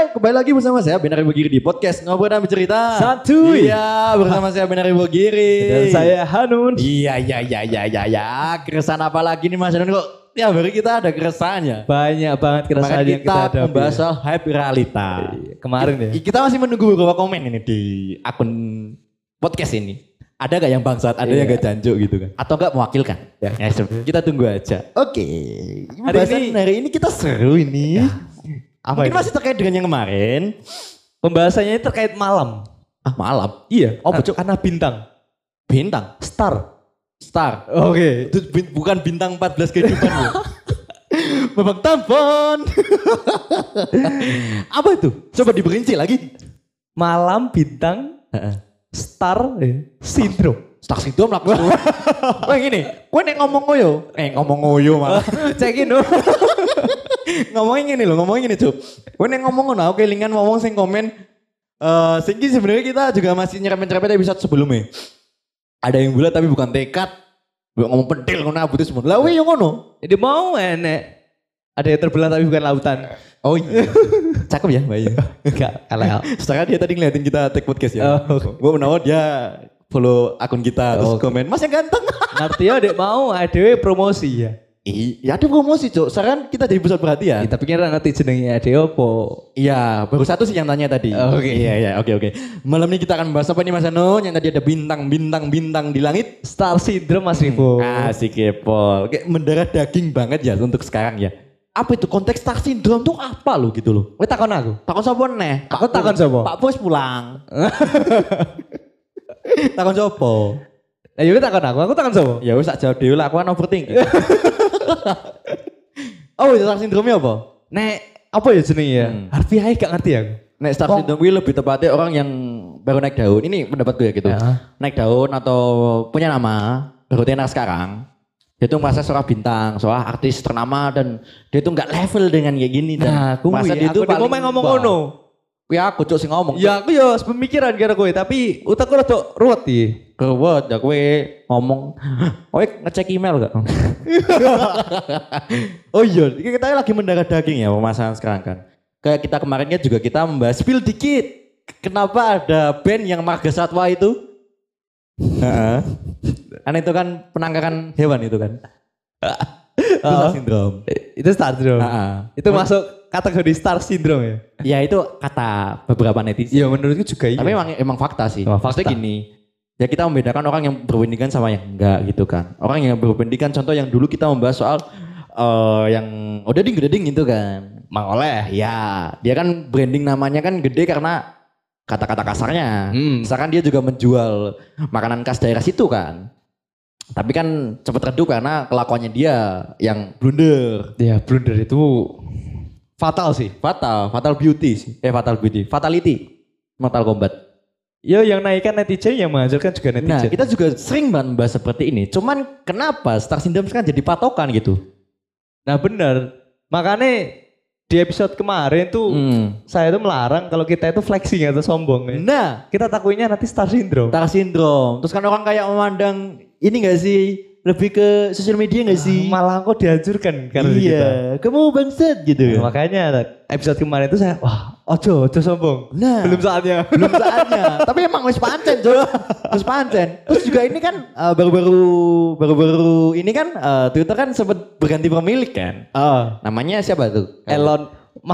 kembali lagi bersama saya Benar Ibu Giri di podcast Ngobrol dan Bercerita. Santuy. Iya, bersama saya Benar Ibu Giri. Dan saya Hanun. Iya. Keresahan apa lagi nih Mas Hanun kok tiap hari kita ada keresahannya. Banyak banget keresahan yang kita hadapi. Kita membahas soal hype realita. Kemarin ya. Kita masih menunggu beberapa komen ini di akun podcast ini. Ada gak yang bangsat, ada yang gak janjuk gitu kan? Atau gak mewakilkan? Ya, kita tunggu aja. Oke. Hari ini kita seru ini. Mungkin masih terkait dengan yang kemarin. Pembahasannya ini terkait malam. Ah, malam? Iya. Oh, betul. Karena bintang. Bintang? Star. Oke. Itu bukan bintang 14 kehidupan ya. Babak tampon. Apa itu? Coba diperinci lagi. Malam bintang. Star syndrome. Star syndrome lah. Wah gini, gue nek ngomong ngoyo malah. Cekin dong. Ngomongin gini Cuk. Gue nek ngomong ngono, oke lingan ngomong sing komen. Sing sebenarnya kita juga masih nyerempet episode sebelumnya. Ada yang bulat tapi bukan tekad. Ngomong pentil ngono abu itu semua. Lah yo ngono. Jadi mau enek. Ada yang terbelah tapi bukan lautan. Oh iya. Cakep ya Mbak Ayu. Enggak, LL. Setelah dia tadi ngeliatin kita take podcast ya. Gue menawa dia follow akun kita terus komen. Mas yang ganteng. Ngerti ya dek mau ADW promosi ya. Iya ada promosi Cok. Sekarang kita jadi pusat perhatian. Tapi kira ngerti jenengnya ADW apa? Iya baru satu sih yang tanya tadi. Oke. Iya oke. Malam ini kita akan bahas apa nih Mas Anu? Yang tadi ada bintang di langit. Star syndrome Mas Rivo. Asik kepol. Kayak mendarah daging banget ya untuk sekarang ya. Apa itu konteks star syndrome tuh apa lo gitu loh? Kowe takon aku. Takon sapa neh? Aku takon sapa? Pak Bos pulang. Takon sapa? Ayo takon aku takon sapa? Ya wis sak jawab dhewe lah aku kan overthinking. Oh itu star syndrome apa? Nek apa ya jenenge ya? Harfiah gak ngerti aku. Nek star syndrome kuwi lebih tepatnya orang yang baru naik daun. Ini pendapat gue ya gitu. Naik daun atau punya nama baru tenar sekarang. Dia tuh merasa seorang bintang, seorang artis ternama dan dia tuh nggak level dengan kayak gini dan merasa dia tuh paling ngomong ngono. Ya aku cok sing ngomong. Ya aku ya pemikiran kira kowe tapi utakku rada ruwet iki. Ruwet ya kowe ngomong. Kowe ngecek email gak? Oh iya, kita lagi mendarah daging ya pemasaran sekarang kan. Kayak kita kemarin kan juga kita membahas spill dikit. Kenapa ada band yang marga satwa itu? Karena itu kan penangkaran hewan itu kan. Itu star syndrome. Itu star syndrome. Itu masuk kategori star syndrome ya? Ya itu kata beberapa netizen. Iya menurutku juga iya. Tapi emang fakta sih. Fakta gini. Ya kita membedakan orang yang berpendidikan sama yang enggak gitu kan. Orang yang berpendidikan contoh yang dulu kita membahas soal yang odading gitu kan. Mang Oleh ya. Dia kan branding namanya kan gede karena kata-kata kasarnya. Misalkan dia juga menjual makanan khas daerah situ kan. Tapi kan cepat redup karena kelakuannya dia yang blunder. Ya blunder itu fatal sih. Fatal beauty sih. Fatality. Mortal Kombat. Ya yang naikkan netizen yang menghancurkan juga netizen. Nah kita juga sering banget membahas seperti ini. Cuman kenapa star syndrome sekarang jadi patokan gitu? Nah benar. Makanya di episode kemarin tuh saya tuh melarang kalau kita itu flexing atau sombong ya. Nah kita takutnya nanti star syndrome. Terus kan orang kayak memandang ini gak sih lebih ke sosial media gak sih? Malah kok dihancurkan karena kita. Kamu bangsat gitu. Nah, makanya episode kemarin itu saya ojo sombong. Nah belum saatnya. Tapi emang wis pancen Jo. Terus juga ini kan baru-baru ini kan Twitter kan sempat berganti pemilik kan. Namanya siapa tuh? Elon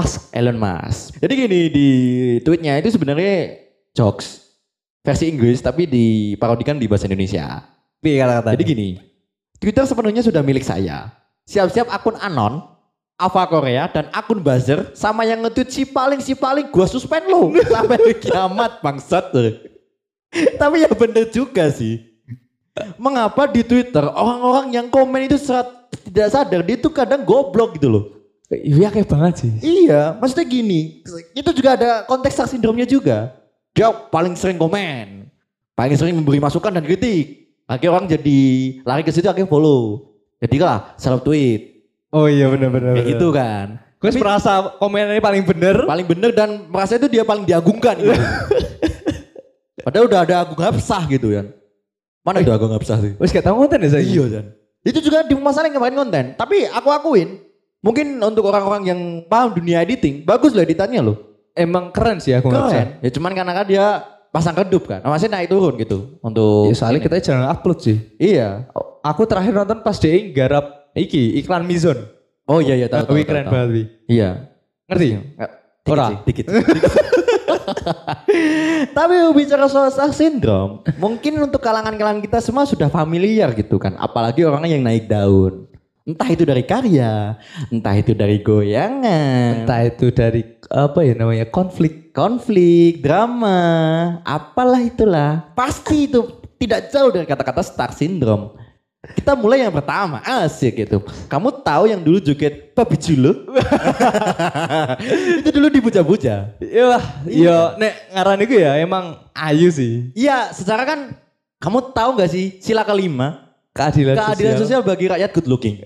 Musk. Jadi gini di tweetnya itu sebenarnya jokes versi Inggris tapi diparodikan di bahasa Indonesia. Jadi gini, Twitter sepenuhnya sudah milik saya. Siap-siap akun Anon, Ava Korea dan akun buzzer sama yang nge-tweet si paling gua suspend lo sampai kiamat bangsat. Tapi ya bener juga sih. Mengapa di Twitter orang-orang yang komen itu tidak sadar dia itu kadang goblok gitu loh. Iya kayak banget sih. Iya, maksudnya gini, itu juga ada konteks star syndrome-nya juga. Dia paling sering komen, paling sering memberi masukan dan kritik. Akhirnya orang jadi lari ke situ akhirnya follow. Jadi lah self tweet. Oh iya benar. Kayak gitu kan. Gue merasa komennya paling bener. Paling bener dan merasa itu dia paling diagungkan gitu. Padahal udah ada Agung Hapsah gitu kan. Mana itu Agung Hapsah sih? Wes gak tau konten ya saya? Iya kan. Itu juga di masalah yang kemarin konten. Tapi aku akuin. Mungkin untuk orang-orang yang paham dunia editing. Bagus loh editannya loh. emang keren sih aku ngechat. Keren. Ya cuman karena kan dia pasang redup kan. Maksudnya naik turun gitu untuk Ya soalnya kita jarang upload sih. Iya. Aku terakhir nonton pas dia garap iklan Mizon. Oh iya iya tahu. Wih keren banget Wi. Iya. Ngerti? Ora. Dikit. Tapi bicara soal star syndrome, mungkin untuk kalangan-kalangan kita semua sudah familiar gitu kan. Apalagi orang yang naik daun. Entah itu dari karya, entah itu dari goyangan, Entah itu dari apa ya namanya konflik. drama, apalah itulah. Pasti itu tidak jauh dari kata-kata star syndrome. Kita mulai yang pertama, asik gitu. Kamu tahu yang dulu joget Papi Julo? Itu dulu dibuja-buja. Iya, nek ngaran iku ya emang ayu sih. Iya, secara kan kamu tahu nggak sih sila kelima? Keadilan Sosial bagi rakyat good looking.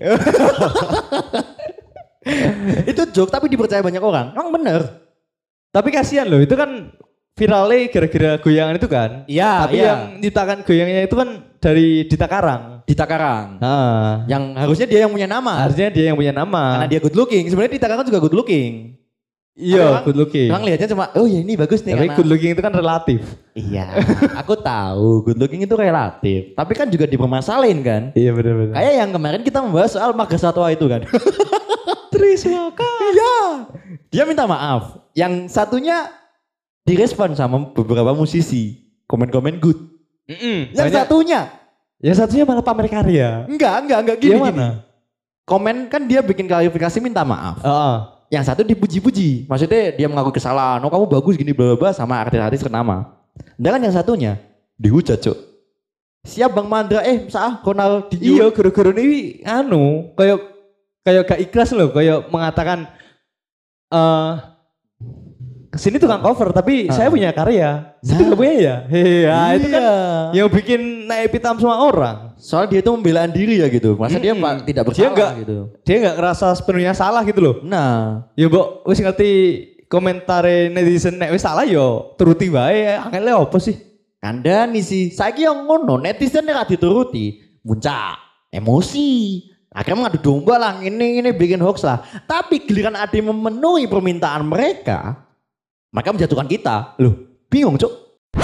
Itu joke tapi dipercaya banyak orang. Emang bener. Tapi kasihan loh, itu kan viralnya gara-gara goyangan itu kan. Iya, Tapi yang nyiptakan goyangnya itu kan dari Dita Karang. Dita Karang. Nah, Yang harusnya dia yang punya nama. harusnya dia yang punya nama. Karena dia good looking. Sebenarnya Dita Karang juga good looking. Iya, good looking. Orang lihatnya cuma, oh ya ini bagus nih. Tapi karena- good looking itu kan relatif. Iya, aku tahu good looking itu relatif. Tapi kan juga dipermasalahin kan. Iya benar-benar. Kayak yang kemarin kita membahas soal Marga Satwa itu kan. Triswaka. Iya. Dia minta maaf. Yang satunya direspon sama beberapa musisi. Komen-komen good. Yang satunya malah pamer karya. enggak gini. Yang gini. mana? Komen kan dia bikin klarifikasi minta maaf. Heeh. Yang satu dipuji-puji. Maksudnya dia mengaku kesalahan. Oh kamu bagus gini bla bla bla sama artis-artis ternama. Dan kan yang satunya dihujat, Cuk. Siap Bang Mandra sah Ronaldinho. Iya, guru-guru ini kayak gak ikhlas loh, kayak mengatakan kesini tukang cover tapi saya punya karya. Saya gak punya ya. Itu kan yang bikin naik pitam semua orang. Soal dia itu pembelaan diri ya gitu. Masa dia tidak bersalah gitu. Dia nggak ngerasa sepenuhnya salah gitu loh. Nah, Ya mbok wis ngerti komentare netizen nek wis salah yo turuti wae. Angel apa sih? kandani sih. Saiki yang ngono netizen nek dituruti, muncak emosi. Akhirnya ngadu domba lah, ini bikin hoax lah. Tapi giliran ada yang memenuhi permintaan mereka menjatuhkan kita. Loh, bingung Cuk.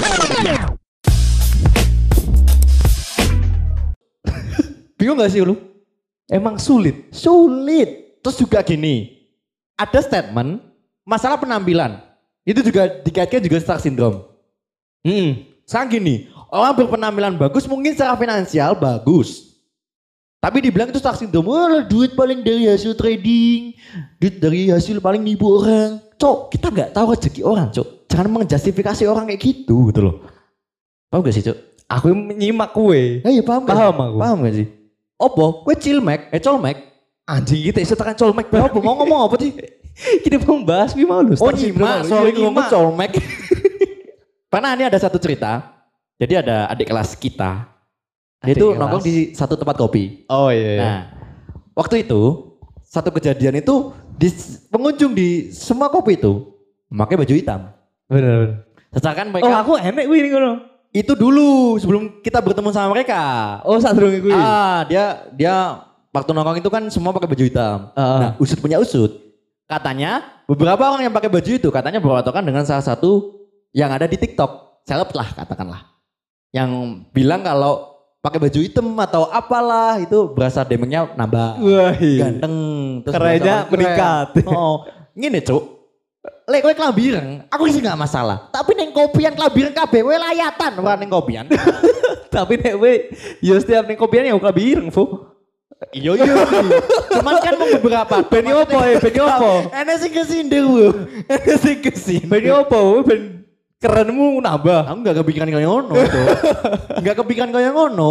Bingung gak sih lu? Emang sulit. Sulit. Terus juga gini, ada statement masalah penampilan. Itu juga dikaitkan juga star syndrome. Sekarang gini, orang berpenampilan bagus mungkin secara finansial bagus. Tapi dibilang itu star syndrome, wah duit paling dari hasil trading, duit dari hasil paling nipu orang. Cok, kita nggak tahu rezeki orang, Cok. Jangan menjustifikasi orang kayak gitu loh. Paham gak sih, Cok? Aku nyimak kue. Iya paham gak? Paham aku. Paham gak sih? Opo, kue cilmek, colmek. Anjing kita iso tekan colmek. Apa mau ngomong apa sih? Kita mau bahas gimana lu? Oh nyimak, sorry ngomong colmek. Karena ini ada satu cerita. Jadi ada adik kelas kita. Dia itu nongkrong di satu tempat kopi. Oh iya. Nah, waktu itu satu kejadian itu pengunjung di semua kopi itu memakai baju hitam. Benar. Sedangkan mereka Oh aku enek wih ini ngono. itu dulu sebelum kita bertemu sama mereka. Oh saat dulu gue. Dia waktu nongkrong itu kan semua pakai baju hitam. Nah, usut punya usut. Katanya beberapa orang yang pakai baju itu katanya berpatokan dengan salah satu yang ada di TikTok. Seleb lah katakanlah. Yang bilang kalau pakai baju hitam atau apalah itu berasa damage-nya nambah. Wah, Ganteng terus kerennya berasa meningkat. Oh, ngene Cuk. Lek kowe kelambireng, aku sih gak masalah. Tapi neng kopian kelambireng kabeh we layatan ora neng kopian. Tapi nek we yo setiap ning kopian yang lebih ireng, Fu. Iya. Cuman kan mau beberapa. Beni opo ya? Beni opo? Enes sing kesindir, Bu. Enes sing kesindir. Beni opo? Ben kerenmu nambah. Aku gak kepikiran kayak ngono, Cuk. Gak kepikiran kayak ngono.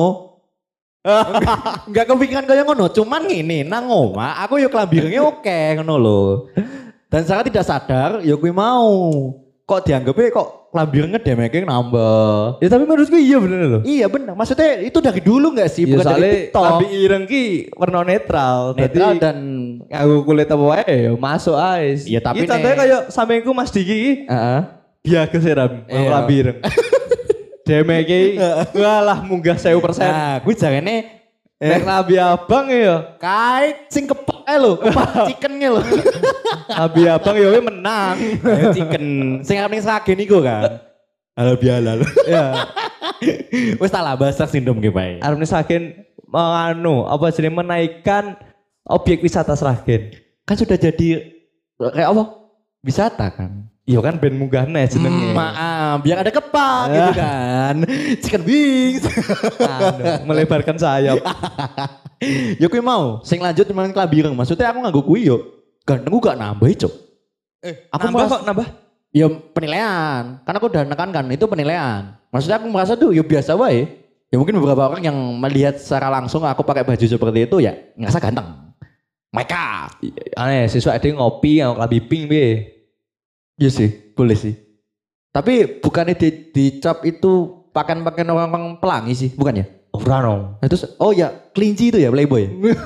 Gak kepikiran kayak ngono. Cuman ngene, nang omah aku yo kelambirenge oke ngono lho. Dan secara tidak sadar, ya gue mau. Kok dianggapnya kok kelambirnya damage nambah. Ya tapi menurutku iya bener loh. Iya benar. Maksudnya itu dari dulu gak sih? Ya Bukan dari soalnya TikTok. lambi ireng ki warna netral. Netral Jadi dan aku kulit apa wae ya masuk aja. Iya, tapi contohnya nek- kayak sampeku Mas Diki ki dia keseram Iya. lambi ireng. Damage walah munggah 1000%. nah, gue jarene Nek lambi abang ya. kait sing kepek lho, kepak chickennya lho. Abi abang ya menang. Chicken sing arep ning Sragen iku kan. Halal bihalal. Ya. Wis tak lah bahas Stark Syndrome ki bae. Arep Sragen apa jenenge menaikkan objek wisata Sragen. Kan sudah jadi kayak apa? Wisata kan. Iya kan band munggahne jenenge. Maaf, biar ada kepak gitu kan. Chicken wings. Melebarkan sayap. Ya kuwi mau, sing lanjut cuman kelabireng. Maksudnya aku nganggo kuwi yo. Gantengku gak nambah, Cuk. Aku kok nambah? Ya penilaian. Karena aku udah nekankan itu penilaian. Maksudnya aku merasa tuh ya biasa wae. Ya mungkin beberapa orang yang melihat secara langsung aku pakai baju seperti itu ya ngerasa ganteng. Mereka. Aneh, siswa ada ngopi, yang kelambi pink piye. Iya sih, boleh sih. Tapi bukannya dicap itu pakaian-pakaian orang-orang pelangi sih, bukan ya? Ora no. Nah, terus oh ya, kelinci itu ya Playboy.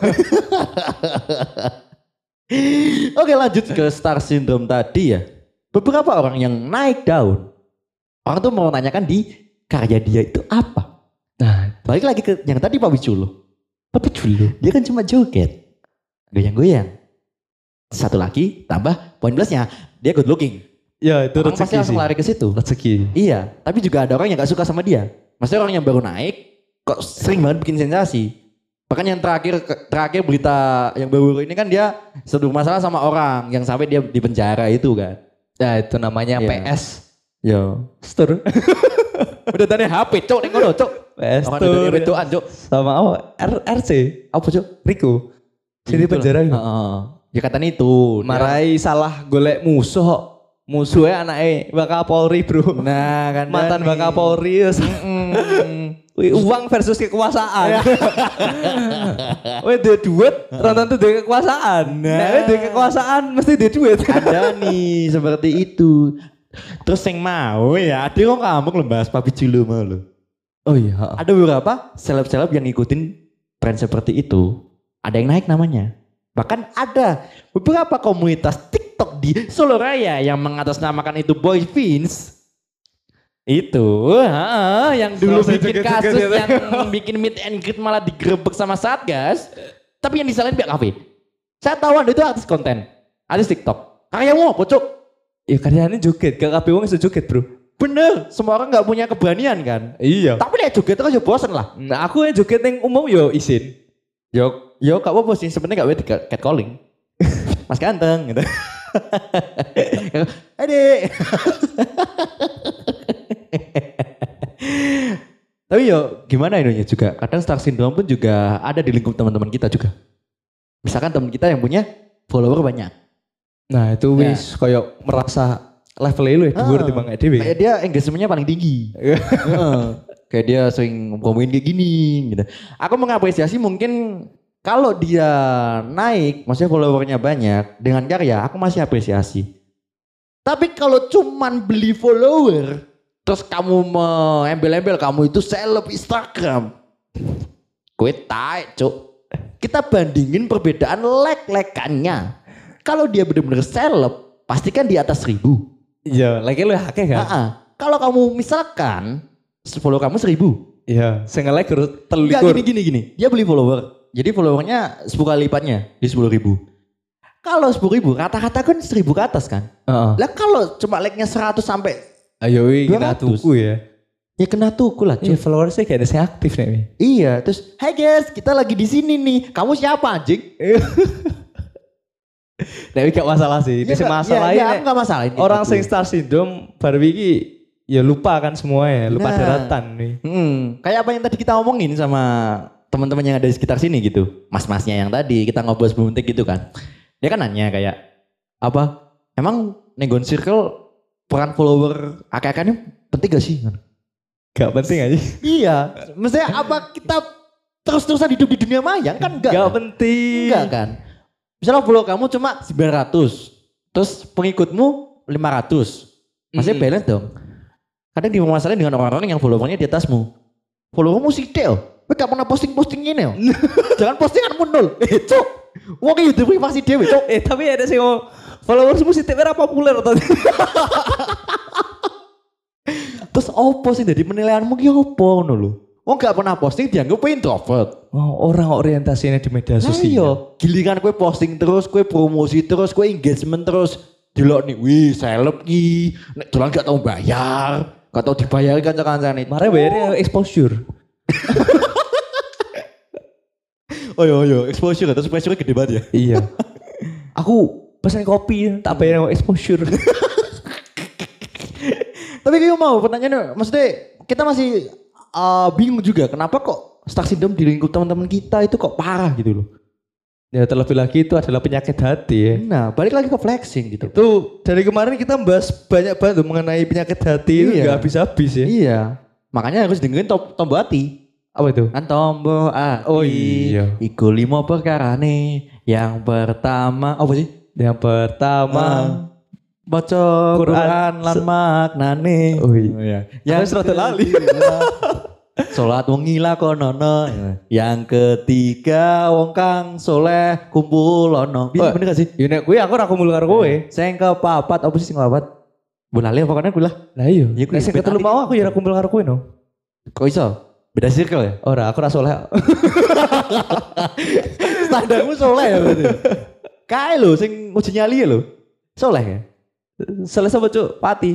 Oke, lanjut ke Star Syndrome tadi ya. Beberapa orang yang naik daun. Orang tuh mau nanyakan di karya dia itu apa. Nah, balik lagi ke yang tadi Pak Wiculo. Pak Wiculo, dia kan cuma joget. Goyang-goyang. Satu lagi tambah poin plusnya, dia good looking. Ya itu orang rezeki pasti langsung sih. lari ke situ. Rezeki. Iya, tapi juga ada orang yang gak suka sama dia. Maksudnya orang yang baru naik kok sering banget bikin sensasi. Bahkan yang terakhir berita yang baru ini kan dia sedang masalah sama orang yang sampai dia di penjara itu kan. Ya itu namanya Iya. PS. Yo. Store. Udah tadi HP, Cok, ning ngono, Cok. PS Orang Store. itu Cok. Sama apa? RC. Apa, Cok? Riko. Sini penjara itu. Heeh. Ya katanya itu. Marai salah golek musuh kok. Musuhnya anaknya Wakapolri bro. Nah kan. Mantan Wakapolri. Wih, uang versus kekuasaan. Wih dia duit, ronton tuh dia kekuasaan. Nah dia kekuasaan mesti dia duit. Ada nih seperti itu. Terus yang mau ya, ada kok kamu ngebahas Papi Culo mau lo. Oh iya. Ada beberapa seleb-seleb yang ngikutin tren seperti itu. Ada yang naik namanya. Bahkan ada beberapa komunitas TikTok di Solo Raya yang mengatasnamakan itu Boy Vince. Itu, yang dulu bikin kasus yang bikin meet and greet malah digerebek sama Satgas. Tapi yang disalahin pihak kafe. Saya tahu Anda itu artis konten, artis TikTok. Karyamu apa, Cuk? Ya karyanya joget, gak kabeh wong iso joget bro. Bener, semua orang gak punya keberanian kan. Iya. Tapi lihat joget terus ya bosen lah. Nah aku yang joget yang umum yo izin. Yo gak apa-apa sih, sebenarnya gak boleh di catcalling. Mas ganteng gitu. Adik. Tapi yo gimana ini juga, kadang Star Syndrome pun juga ada di lingkup teman-teman kita juga. Misalkan teman kita yang punya follower banyak. Nah itu wis kayak merasa levelnya lu ya dhuwur timbang dhewe. Kayak dia engagementnya paling tinggi. Kayak dia sering ngomongin kayak gini gitu. Aku mengapresiasi mungkin kalau dia naik, maksudnya followernya banyak dengan karya, aku masih apresiasi. Tapi kalau cuman beli follower, terus kamu embel-embel kamu itu seleb Instagram, gue taek, Cuk. Kita bandingin perbedaan like-like-annya. Kalau dia benar-benar seleb, pasti kan di atas 1000. Iya, like lu akeh kan? Kalau kamu misalkan follow kamu 1000. Iya, sing nge-like terus 3. Enggak gini. Dia beli follower. Jadi followernya 10 kali lipatnya di 10.000. Kalau 10.000 rata-rata kan 1000 ke atas kan. Lah kalau cuma like-nya 100 sampai ayo kita tuku ya. Ya kena tuku lah. Iya followersnya kayak ada yang aktif nih. Iya, terus hai guys, kita lagi di sini nih. Kamu siapa anjing? Nah, ini gak masalah sih. Ini masalahnya. Iya, gak masalah. Orang sing Star Syndrome baru iki ya lupa kan semuanya, lupa daratan nih. Kayak apa yang tadi kita omongin sama teman-teman yang ada di sekitar sini gitu. Mas-masnya yang tadi kita ngobrol sebelum take gitu kan. Dia kan nanya kayak apa? Emang Negon Circle peran follower akak-akaknya penting gak sih? Gak penting aja. Iya, maksudnya apa kita terus-terusan hidup di dunia maya kan enggak? Gak penting. Enggak kan? Misalnya follow kamu cuma 900, terus pengikutmu 500. Masih balance dong. Kadang dimasalahin dengan orang-orang yang followernya di atasmu. Followermu sidik, tapi gak pernah posting-posting ini. Jangan postinganmu nol. Cuk, wong itu privasi dewe, Cuk. Tapi ada sih followersmu sidik ora populer atau Terus opo sih dari penilaianmu ki opo ngono lho? Wong gak pernah posting dianggap introvert. orang orientasinya di media Iya, sosial. giliran kue posting terus, kue promosi terus, kue engagement terus. Delok nih, wih seleb ki, nek dolan gak tau bayar, gak tau dibayar kanca-kancane. Mare bayarnya exposure. Oh iya, exposure terus exposure gede banget ya. Iya. Aku pesan kopi tak bayar exposure. Tapi kayak mau pertanyaannya, maksudnya kita masih bingung juga kenapa kok Stark Syndrome di lingkup teman-teman kita itu kok parah gitu loh. Ya terlebih lagi itu adalah penyakit hati ya. Nah, balik lagi ke flexing gitu. Itu dari kemarin kita bahas banyak banget tuh mengenai penyakit hati itu Iya. gak habis-habis ya. Iya, makanya harus dengerin tombol hati. Apa itu? Kan tombol hati. Oh iya. Iku 5 perkara nih. Yang pertama, apa sih? Yang pertama Baca Quran Quran lan maknane. Oh iya. Yang rada lali. Salat wengi lakonono. Yang ketiga wong kang soleh kumpulono. Bisa bener gak sih? Ya nek kuwi aku ora kumpul karo kowe. Sing kepapat apa sih sing kepapat? Boleh pokoknya gue lah. Lah iya. Ya, kuwi Nek sing bed ketelu ati. mau aku ya ora kumpul karo kowe no. Kok iso? Beda circle ya? Ora, aku ora soleh. Standarmu soleh ya berarti. Kae lho sing uji nyali ya lho. Soleh ya? Soleh sama cuk, pati.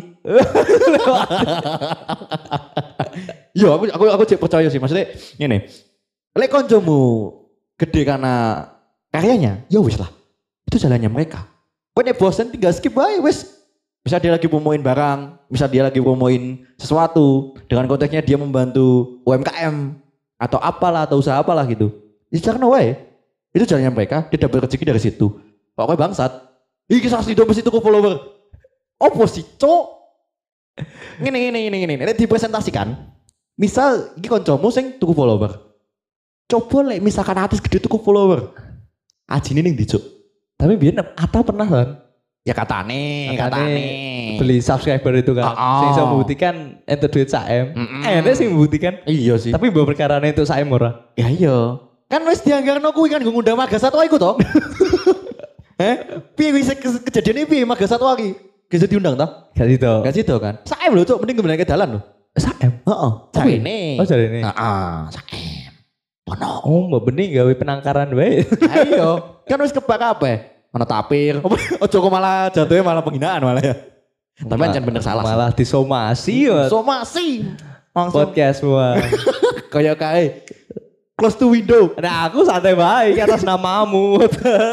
Iya, aku cek percaya sih. Maksudnya ngene. Lek koncomu gede karena karyanya, ya wis lah. Itu jalannya mereka. Kok nek bosen tinggal skip aja wis. Bisa dia lagi promoin barang, bisa dia lagi promoin sesuatu dengan konteksnya dia membantu UMKM atau apalah atau usaha apalah gitu. Itu jangan wae. Itu jalannya mereka, dia dapat rezeki dari situ. Pokoknya bangsat. Iki saksi do mesti tuku follower. Opo sih, cok? Ngene. Nek dipresentasikan. Misal iki kancamu sing tuku follower. Coba lek misalkan artis gede tuku follower. Ajine ning ndi, Cuk? Tapi biar Ata pernah kan Ya katane. beli subscriber itu kan. Sing iso membuktikan entuk duit saem. Enak sih membuktikan. Iya sih. Tapi mbok perkarane entuk saem ora. Ya iya. Kan wis dianggarno kuwi kan ngundang Marga Satwa iku to. Piye wis kejadian piye Marga Satwa iki? Gak diundang toh? Gak gitu. Gak situ kan. Saem lho, Cuk, mending kembali ke dalan lho. Saem. Heeh. Jarine. Oh jarene. Heeh, saem. Ono. Oh, Mbak Bening gawe penangkaran wae. Ayo, kan wis kebak kabeh. Ono tapir. Ojo kok malah jatuhnya malah penghinaan malah ya. Tapi ancan bener salah. Malah disomasi ya. Somasi. Langsung Podcast semua. kayak kae close to window. Nah, aku santai baik atas namamu.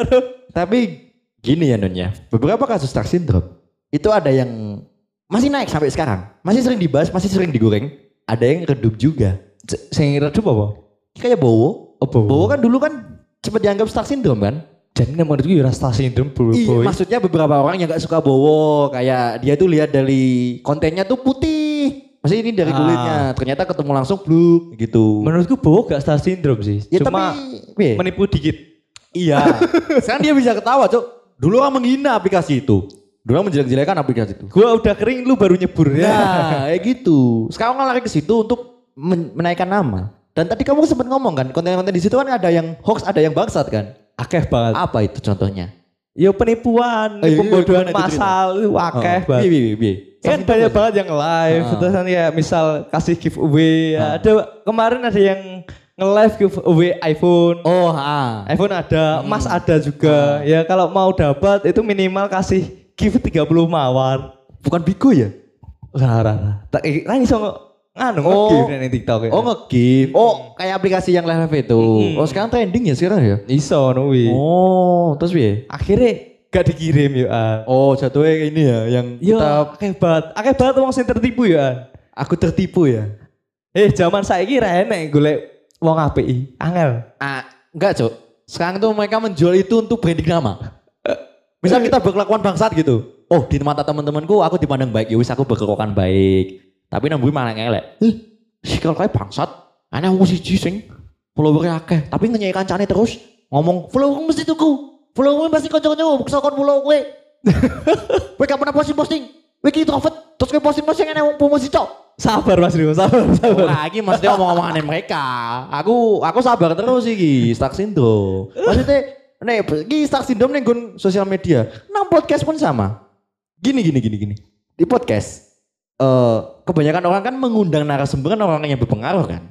Tapi gini ya Nun ya. Beberapa kasus Stark Syndrome itu ada yang masih naik sampai sekarang. Masih sering dibahas, masih sering digoreng. Ada yang redup juga. Sing redup apa? Kayak Bowo. Oh, Bowo. Bowo kan dulu kan sempat dianggap Stark Syndrome kan. Jadi menurut gue rasa sindrom Iya, boy. maksudnya beberapa orang yang gak suka Bowo, kayak dia tuh lihat dari kontennya tuh putih. Maksudnya ini dari kulitnya, ternyata ketemu langsung blue gitu. Menurutku Bowo gak star syndrome sih. Ya Cuma tapi menipu dikit. iya. Sekarang dia bisa ketawa, Cok. Dulu orang menghina aplikasi itu. Dulu orang menjelek-jelekan aplikasi itu. Gua udah kering lu baru nyebur ya. Nah, kayak gitu. Sekarang orang lari ke situ untuk menaikkan nama. Dan tadi kamu sempat ngomong kan, konten-konten di situ kan ada yang hoax, ada yang bangsat kan. Akeh banget. Apa itu contohnya? Ya penipuan, iya, pembodohan gimana itu massal itu akeh banget. Piye. Kan banyak banget yang live, terus kan ya misal kasih giveaway. Ada kemarin ada yang nge-live giveaway iPhone. Oh, iPhone ada, emas ada juga. Ya kalau mau dapat itu minimal kasih gift 30 mawar. Bukan Bigo ya? Ora. Tak kan iso nganu nge-gift ning TikTok ya. Oh, nge-gift. Oh, kayak aplikasi yang live itu. Oh, sekarang trending ya sekarang ya? Iso nuwi. Oh, terus piye? Akhirnya gak dikirim ya. Oh, jatuhnya ini ya yang Yo, kita akeh banget wong sing tertipu ya. aku tertipu ya. Zaman saiki ra enek golek wong API. Angel. Enggak, Cok. Sekarang tuh mereka menjual itu untuk branding nama. Misal kita berkelakuan bangsat gitu. Oh, di mata teman-temanku aku dipandang baik. Ya wis aku berkelakuan baik. Tapi nambui malah ngelek. Si kalau kayak bangsat. Aneh aku siji sing followernya akeh. Tapi ngenyai kancane terus. Ngomong follower mesti tuku. Follower pasti kanca-kanca kesel kon follow kowe. Kowe gak pernah posting. Kowe ki introvert. Terus kowe posting aneh wong promosi cok. Sabar Mas Rio, sabar. Lagi maksudnya omong-omongannya mereka. Aku sabar terus iki Stark Syndrome. Maksudnya iki Stark Syndrome ning nggon sosial media. Nang podcast pun sama. Gini. Di podcast kebanyakan orang kan mengundang narasumber kan orang yang berpengaruh kan.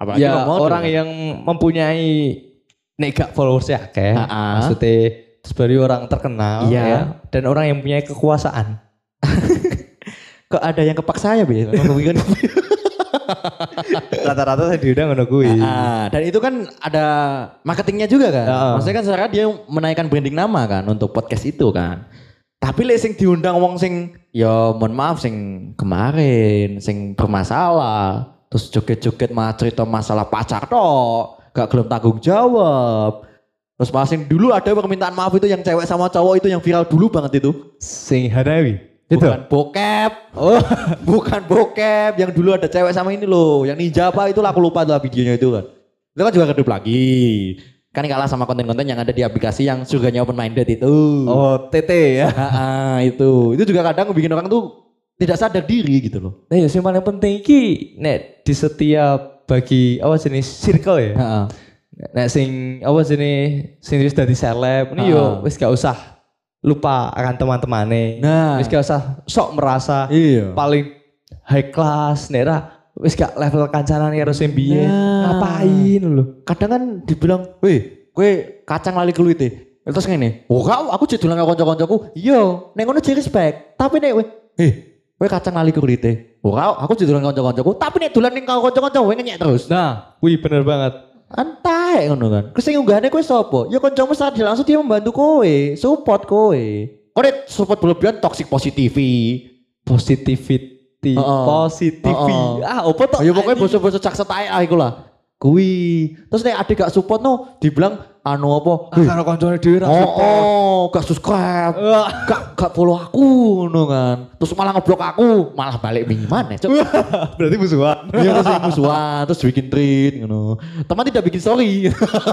Apalagi ya ngomong orang yang mempunyai nek gak followers ya kayak maksudnya terus baru orang terkenal Iya. ya dan orang yang punya kekuasaan. Kok ada yang kepaksa ya, Be? Kan. Rata-rata saya diundang ngono kuwi. Dan itu kan ada marketingnya juga kan. Maksudnya kan secara dia menaikkan branding nama kan untuk podcast itu kan. Tapi lek sing diundang wong sing ya mohon maaf sing kemarin sing bermasalah, terus joget-joget mah cerita masalah pacar tok, gak gelem tanggung jawab. Terus malah sing dulu ada permintaan maaf itu yang cewek sama cowok itu yang viral dulu banget itu. Sing Hanawi. Itu Bukan bokep. Oh, bukan bokep. Yang dulu ada cewek sama ini loh, yang ninja apa itu lah, aku lupa tuh videonya itu kan. Itu kan juga redup lagi. Kan kalah sama konten-konten yang ada di aplikasi yang surganya open minded itu. Oh, TT ya. Itu juga kadang bikin orang tuh tidak sadar diri gitu loh. Nah, ya sing paling penting iki nek di setiap bagi apa jenis circle ya. Nek sing apa jenis sing wis dadi seleb ini yo wis gak usah lupa akan teman-temane. Nah, wis gak usah sok merasa paling high class nek ra wis gak level kancanan karo sing biyen. Ngapain lho? Kadang kan dibilang, "Weh, kowe kacang lali keluit e." Terus ngene, "Oh, aku jadi dolan karo kanca-kancaku." Iya, nek ngono jadi respect. Tapi nek kowe kacang lali keluit e. Ora, aku jadi dolan karo kanca-kancaku. Tapi nek dolan ning karo kanca-kanca kowe ngenyek terus. Nah, wih bener banget. Antae ngono kan. Terus sing unggahane kowe sapa? Ya kancamu sadar langsung dia membantu kowe, support kowe. Kowe support berlebihan toxic Positivity. Apa toh? Ya pokoknya basa-basa cakset ae lah iku lah. Kuwi. Terus nek adik gak support no dibilang anu apa? Karo kancane dhewe ra support. Gak subscribe. Gak follow aku ngono kan. Terus malah ngeblok aku, malah balik minggu mana, Cuk. Berarti musuhan. Iya, terus musuhan, terus bikin tweet ngono. Teman tidak bikin story.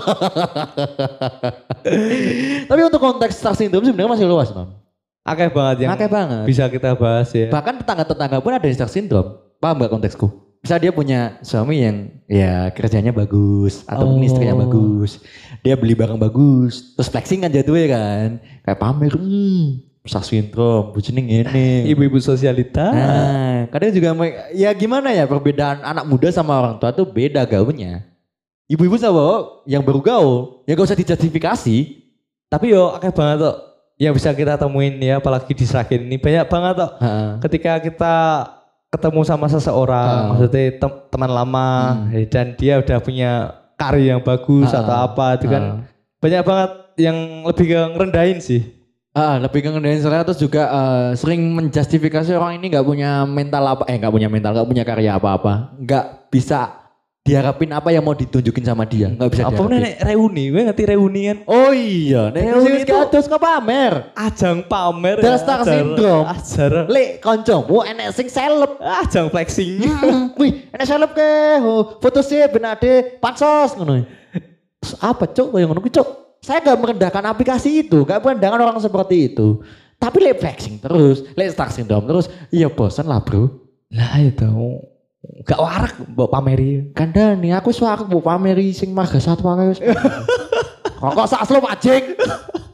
Tapi untuk konteks star syndrome sebenarnya masih luas, non. Akeh banget yang bisa kita bahas ya. Bahkan tetangga-tetangga pun ada yang star syndrome. Paham gak konteksku? Bisa dia punya suami yang ya kerjanya bagus atau istrinya bagus. Dia beli barang bagus, terus flexing kan jatuhnya kan. Kayak pamer, star syndrome, bojone ngene. Ibu-ibu sosialita. Nah, kadang juga ya gimana ya perbedaan anak muda sama orang tua tuh beda gaulnya. Ibu-ibu sama yang baru gaul, ya gak usah dijustifikasi. Tapi yo akeh banget tuh yang bisa kita temuin ya, apalagi di Sragen ini banyak banget tuh. Ketika kita ketemu sama seseorang, maksudnya teman lama dan dia udah punya karir yang bagus atau apa, itu kan banyak banget yang lebih ke ngerendahin sih. Lebih ke ngerendahin soalnya, terus juga sering menjustifikasi orang ini nggak punya mental apa, nggak punya karya apa-apa, nggak bisa diharapin apa yang mau ditunjukin sama dia, nggak bisa apa diharapin. Nenek reuni, gue ngerti reuni kan? Oh iya, reuni itu terus nggak pamer, ajang pamer, dan star syndrome, ajar, lek koncomu enek sing seleb, ajang flexing, wih enek seleb ke, foto sih benade pansos ngono. Terus apa cok, yang ngono cok? Saya gak merendahkan aplikasi itu, gak merendahkan orang seperti itu. Tapi lek flexing terus, lek star syndrome terus, iya bosan lah bro. Lah itu. Gak warak mbok pameri. Kandani aku suka mbok pameri sing marga satwa kae wis. Kok sak slop anjing.